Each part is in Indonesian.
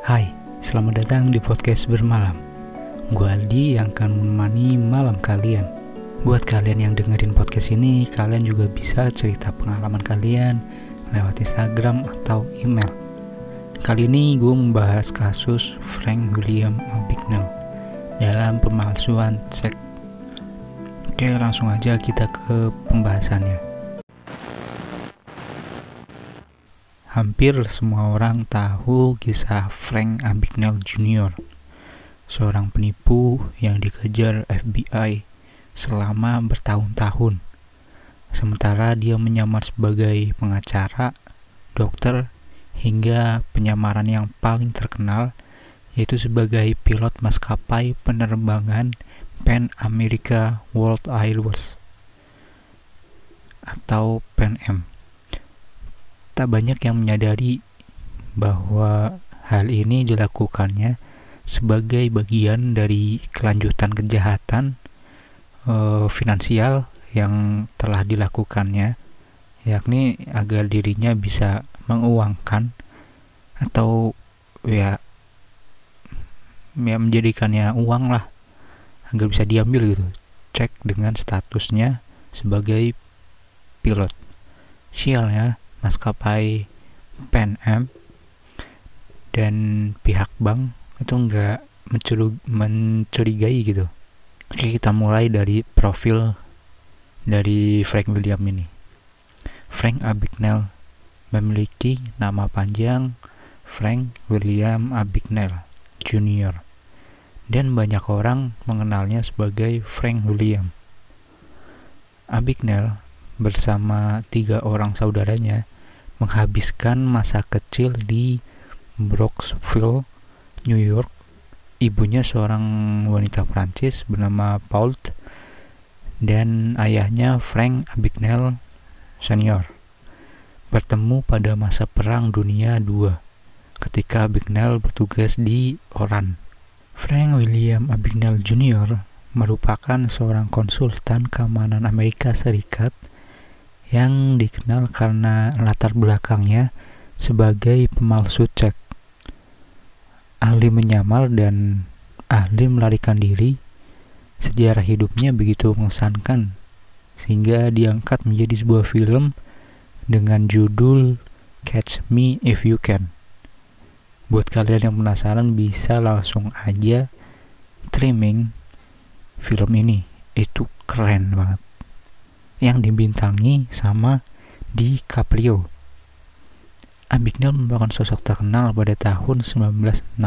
Hai, selamat datang di podcast Bermalam. Gue Aldi yang akan menemani malam kalian. Buat kalian yang dengerin podcast ini, kalian juga bisa cerita pengalaman kalian lewat Instagram atau email. Kali ini gue membahas kasus Frank William Abagnale dalam pemalsuan cek. Oke, langsung aja kita ke pembahasannya. Hampir semua orang tahu kisah Frank Abagnale Jr., seorang penipu yang dikejar FBI selama bertahun-tahun. Sementara dia menyamar sebagai pengacara, dokter, hingga penyamaran yang paling terkenal yaitu sebagai pilot maskapai penerbangan Pan America World Airways atau Pan Am. Tak banyak yang menyadari bahwa hal ini dilakukannya sebagai bagian dari kelanjutan kejahatan finansial yang telah dilakukannya, yakni agar dirinya bisa menguangkan atau menjadikannya uang lah, agar bisa diambil gitu, cek dengan statusnya sebagai pilot. Sialnya maskapai Pan Am dan pihak bank itu nggak mencurigai gitu. Oke, kita mulai dari profil dari Frank William ini. Frank Abagnale memiliki nama panjang Frank William Abagnale Jr. dan banyak orang mengenalnya sebagai Frank William. Abagnale bersama 3 orang saudaranya menghabiskan masa kecil di Bronxville, New York. Ibunya seorang wanita Prancis bernama Paul dan ayahnya Frank Abagnale Senior bertemu pada masa Perang Dunia II ketika Abagnale bertugas di Oran. Frank William Abagnale Jr. merupakan seorang konsultan keamanan Amerika Serikat yang dikenal karena latar belakangnya sebagai pemalsu cek, ahli menyamar, dan ahli melarikan diri. Sejarah hidupnya begitu mengesankan sehingga diangkat menjadi sebuah film dengan judul Catch Me If You Can. Buat kalian yang penasaran bisa langsung aja streaming film ini, itu keren banget, yang dibintangi sama DiCaprio. Abagnale merupakan sosok terkenal pada tahun 1960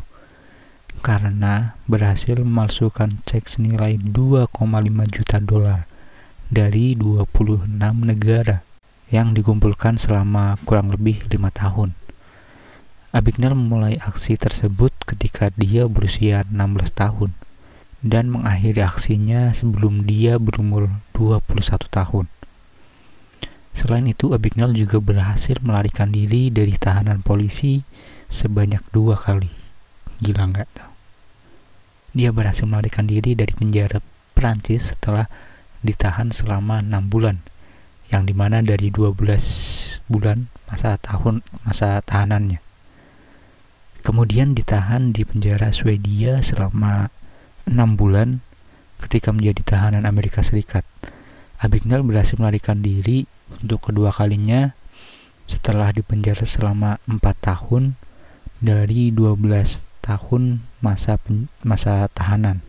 karena berhasil memalsukan cek senilai 2,5 juta dolar dari 26 negara yang dikumpulkan selama kurang lebih 5 tahun. Abagnale memulai aksi tersebut ketika dia berusia 16 tahun dan mengakhiri aksinya sebelum dia berumur 21 tahun. Selain itu, Abagnale juga berhasil melarikan diri dari tahanan polisi sebanyak 2 kali. Gila nggak? Dia berhasil melarikan diri dari penjara Prancis setelah ditahan selama 6 bulan, yang dimana dari 12 bulan masa tahanannya. Kemudian ditahan di penjara Swedia selama 6 bulan ketika menjadi tahanan Amerika Serikat. Abagnale berhasil melarikan diri untuk kedua kalinya setelah dipenjara selama 4 tahun dari 12 tahun masa tahanan.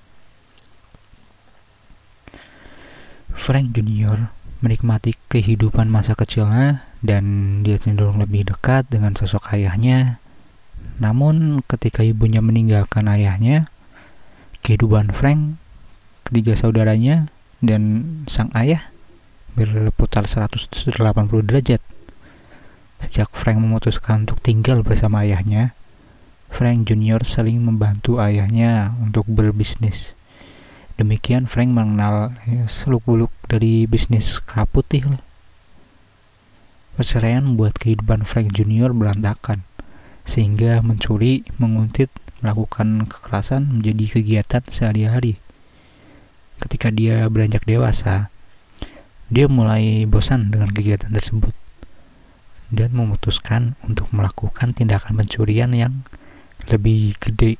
Frank Jr. menikmati kehidupan masa kecilnya dan dia cenderung lebih dekat dengan sosok ayahnya. Namun ketika ibunya meninggalkan ayahnya, kehidupan Frank, ketiga saudaranya, dan sang ayah berputar 180 derajat. Sejak Frank memutuskan untuk tinggal bersama ayahnya, Frank Jr. sering membantu ayahnya untuk berbisnis. Demikian Frank mengenal seluk-beluk dari bisnis kerap putih. Perceraian membuat kehidupan Frank Jr. berantakan, sehingga mencuri, menguntit, melakukan kekerasan menjadi kegiatan sehari-hari. Ketika dia beranjak dewasa, dia mulai bosan dengan kegiatan tersebut dan memutuskan untuk melakukan tindakan pencurian yang lebih gede.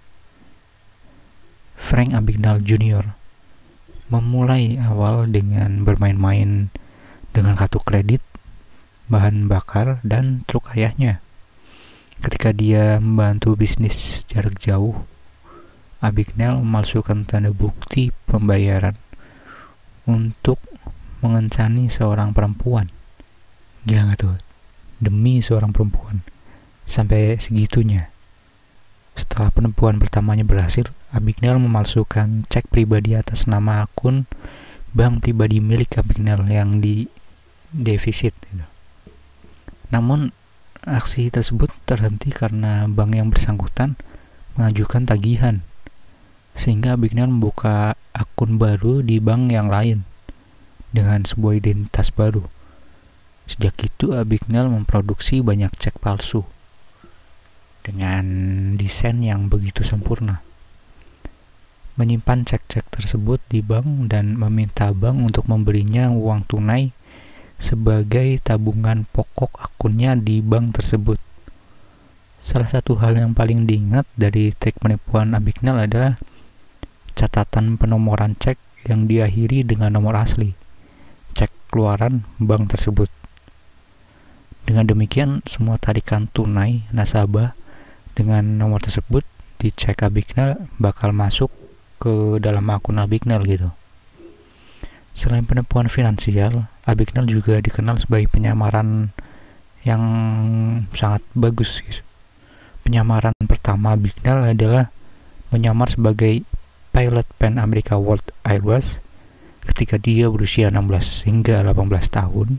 Frank Abagnale Jr. memulai awal dengan bermain-main dengan kartu kredit, bahan bakar, dan truk ayahnya. Ketika dia membantu bisnis jarak jauh, Abagnale memalsukan tanda bukti pembayaran untuk mengencani seorang perempuan. Gila gak tuh? Demi seorang perempuan. Sampai segitunya. Setelah penipuan pertamanya berhasil, Abagnale memalsukan cek pribadi atas nama akun bank pribadi milik Abagnale yang di defisit. Namun, aksi tersebut terhenti karena bank yang bersangkutan mengajukan tagihan, sehingga Abagnale membuka akun baru di bank yang lain dengan sebuah identitas baru. Sejak itu, Abagnale memproduksi banyak cek palsu dengan desain yang begitu sempurna, menyimpan cek-cek tersebut di bank dan meminta bank untuk memberinya uang tunai sebagai tabungan pokok akunnya di bank tersebut. Salah satu hal yang paling diingat dari trik penipuan Abagnale adalah catatan penomoran cek yang diakhiri dengan nomor asli cek keluaran bank tersebut. Dengan demikian, semua tarikan tunai nasabah dengan nomor tersebut di cek Abagnale bakal masuk ke dalam akun Abagnale gitu. Selain penipuan finansial, Abagnale juga dikenal sebagai penyamaran yang sangat bagus gitu. Penyamaran pertama Abagnale adalah menyamar sebagai pilot Pan America World Airways ketika dia berusia 16 hingga 18 tahun.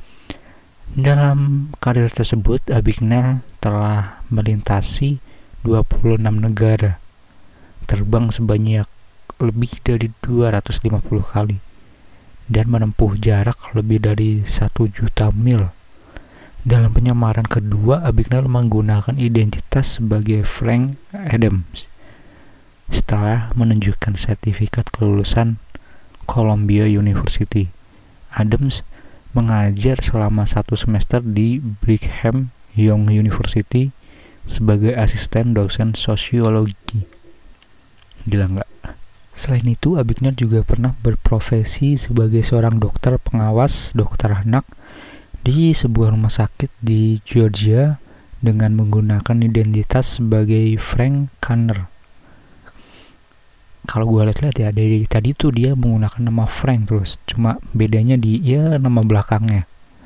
Dalam karir tersebut, Abagnale telah melintasi 26 negara, terbang sebanyak lebih dari 250 kali, dan menempuh jarak lebih dari 1 juta mil. Dalam penyamaran kedua, Abagnale menggunakan identitas sebagai Frank Adams. Setelah menunjukkan sertifikat kelulusan Columbia University, Adams mengajar selama 1 semester di Brigham Young University sebagai asisten dosen sosiologi. Gila nggak? Selain itu, Abagnale juga pernah berprofesi sebagai seorang dokter pengawas dokter anak di sebuah rumah sakit di Georgia dengan menggunakan identitas sebagai Frank Kanner. Kalau gue lihat ya, dari tadi tuh dia menggunakan nama Frank terus, cuma bedanya di nama belakangnya.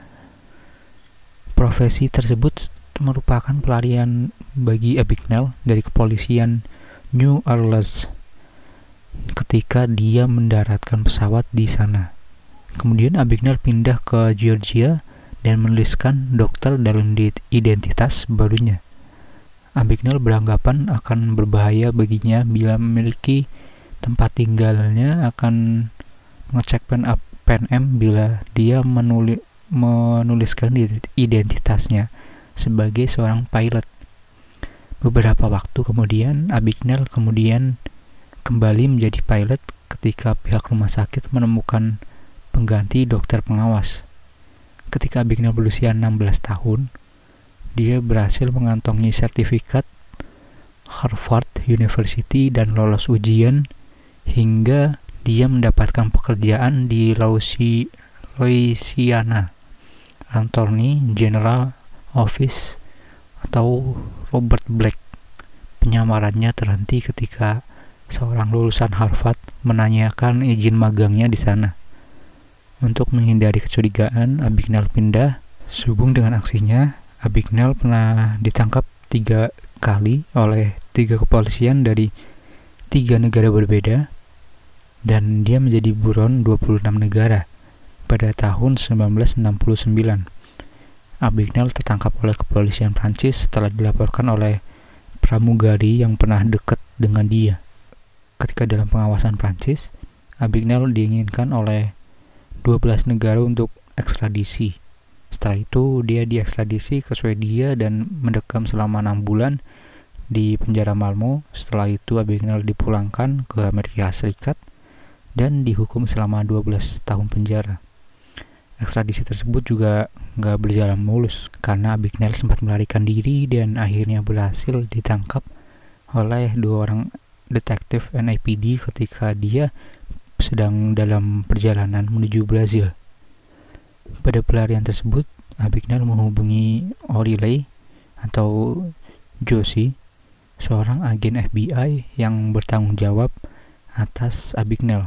Profesi tersebut merupakan pelarian bagi Abagnale dari kepolisian New Orleans ketika dia mendaratkan pesawat di sana. Kemudian Abagnale pindah ke Georgia dan menuliskan dokter dalam identitas barunya. Abagnale beranggapan akan berbahaya baginya bila memiliki tempat tinggalnya akan mengecek PNM bila dia menuliskan identitasnya sebagai seorang pilot. Beberapa waktu kemudian, Abagnale kembali menjadi pilot ketika pihak rumah sakit menemukan pengganti dokter pengawas. Ketika Abagnale berusia 16 tahun, dia berhasil mengantongi sertifikat Harvard University dan lolos ujian hingga dia mendapatkan pekerjaan di Louisiana Attorney General Office atau Robert Black. Penyamarannya terhenti ketika seorang lulusan Harvard menanyakan izin magangnya di sana. Untuk menghindari kecurigaan, Abagnale pindah. Sehubung dengan aksinya, Abagnale pernah ditangkap 3 kali oleh 3 kepolisian dari 3 negara berbeda, dan dia menjadi buron 26 negara. Pada tahun 1969, Abagnale tertangkap oleh kepolisian Prancis setelah dilaporkan oleh pramugari yang pernah dekat dengan dia. Ketika dalam pengawasan Prancis, Abagnale diinginkan oleh 12 negara untuk ekstradisi. Setelah itu, dia diekstradisi ke Swedia dan mendekam selama 6 bulan di penjara Malmo. Setelah itu, Abagnale dipulangkan ke Amerika Serikat dan dihukum selama 12 tahun penjara. Ekstradisi tersebut juga nggak berjalan mulus karena Abagnale sempat melarikan diri dan akhirnya berhasil ditangkap oleh 2 orang detektif NYPD ketika dia sedang dalam perjalanan menuju Brazil. Pada pelarian tersebut, Abagnale menghubungi O'Reilly atau Josie, seorang agen FBI yang bertanggung jawab atas Abagnale.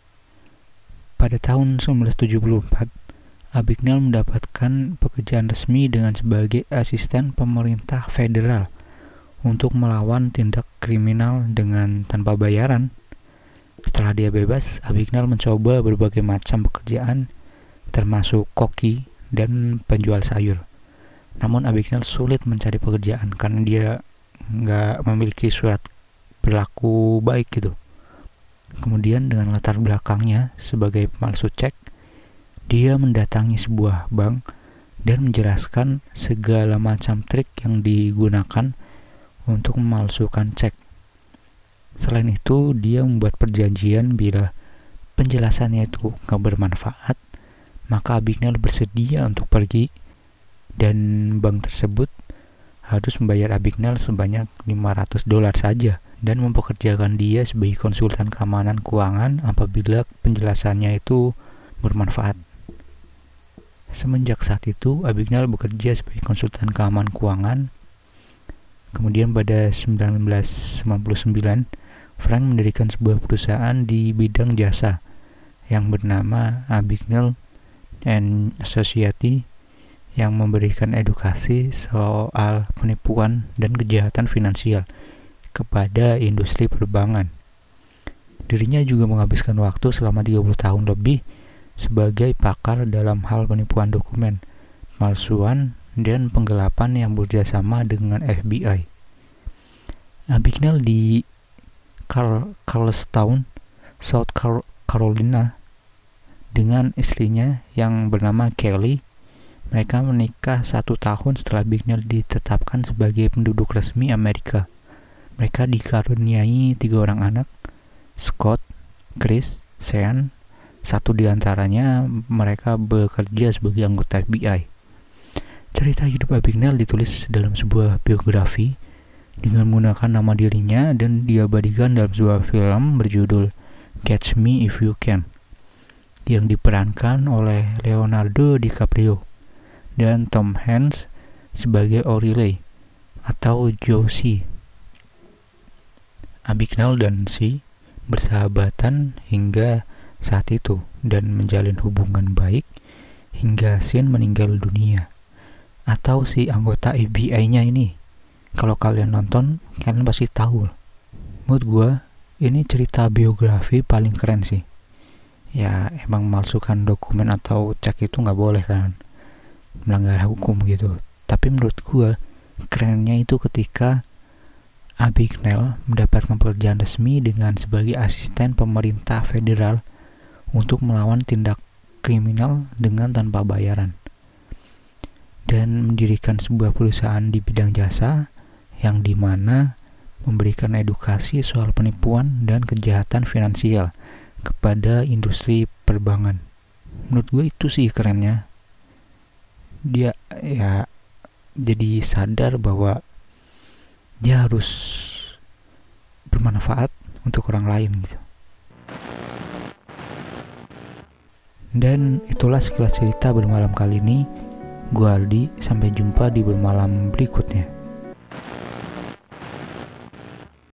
Pada tahun 1974, Abagnale mendapatkan pekerjaan resmi dengan sebagai asisten pemerintah federal untuk melawan tindak kriminal dengan tanpa bayaran. Setelah dia bebas, Abagnale mencoba berbagai macam pekerjaan, termasuk koki dan penjual sayur. Namun Abagnale sulit mencari pekerjaan karena dia nggak memiliki surat berlaku baik gitu. Kemudian dengan latar belakangnya sebagai pemalsu cek, dia mendatangi sebuah bank dan menjelaskan segala macam trik yang digunakan untuk memalsukan cek. Selain itu, dia membuat perjanjian bila penjelasannya itu gak bermanfaat, maka Abagnale bersedia untuk pergi dan bank tersebut harus membayar Abagnale sebanyak $500 saja dan mempekerjakan dia sebagai konsultan keamanan keuangan apabila penjelasannya itu bermanfaat. Semenjak saat itu, Abagnale bekerja sebagai konsultan keamanan keuangan. Kemudian pada 1999, Frank mendirikan sebuah perusahaan di bidang jasa yang bernama Abagnale and Associates yang memberikan edukasi soal penipuan dan kejahatan finansial kepada industri perbankan. Dirinya juga menghabiskan waktu selama 30 tahun lebih sebagai pakar dalam hal penipuan dokumen, palsuan, dan penggelapan yang bekerjasama dengan FBI. Abagnale di Charlestown, South Carolina, dengan istrinya yang bernama Kelly. Mereka menikah 1 tahun setelah Abagnale ditetapkan sebagai penduduk resmi Amerika. Mereka dikaruniai 3 orang anak, Scott, Chris, Sean. 1 di antaranya mereka bekerja sebagai anggota FBI. Cerita hidup Abagnale ditulis dalam sebuah biografi dengan menggunakan nama dirinya dan diabadikan dalam sebuah film berjudul Catch Me If You Can yang diperankan oleh Leonardo DiCaprio dan Tom Hanks sebagai O'Reilly atau Josie. Abagnale dan Si bersahabatan hingga saat itu dan menjalin hubungan baik hingga Sean meninggal dunia, atau si anggota FBI-nya ini. Kalau kalian nonton, kalian pasti tahu. Menurut gue, ini cerita biografi paling keren sih. Ya emang memalsukan dokumen atau cek itu nggak boleh kan, melanggar hukum gitu. Tapi menurut gue kerennya itu ketika Abagnale mendapatkan pekerjaan resmi dengan sebagai asisten pemerintah federal untuk melawan tindak kriminal dengan tanpa bayaran, dan mendirikan sebuah perusahaan di bidang jasa yang dimana memberikan edukasi soal penipuan dan kejahatan finansial kepada industri perbankan. Menurut gue itu sih kerennya. Dia ya jadi sadar bahwa dia harus bermanfaat untuk orang lain gitu. Dan itulah sekilas cerita bermalam kali ini. Gue Aldi, sampai jumpa di bermalam berikutnya.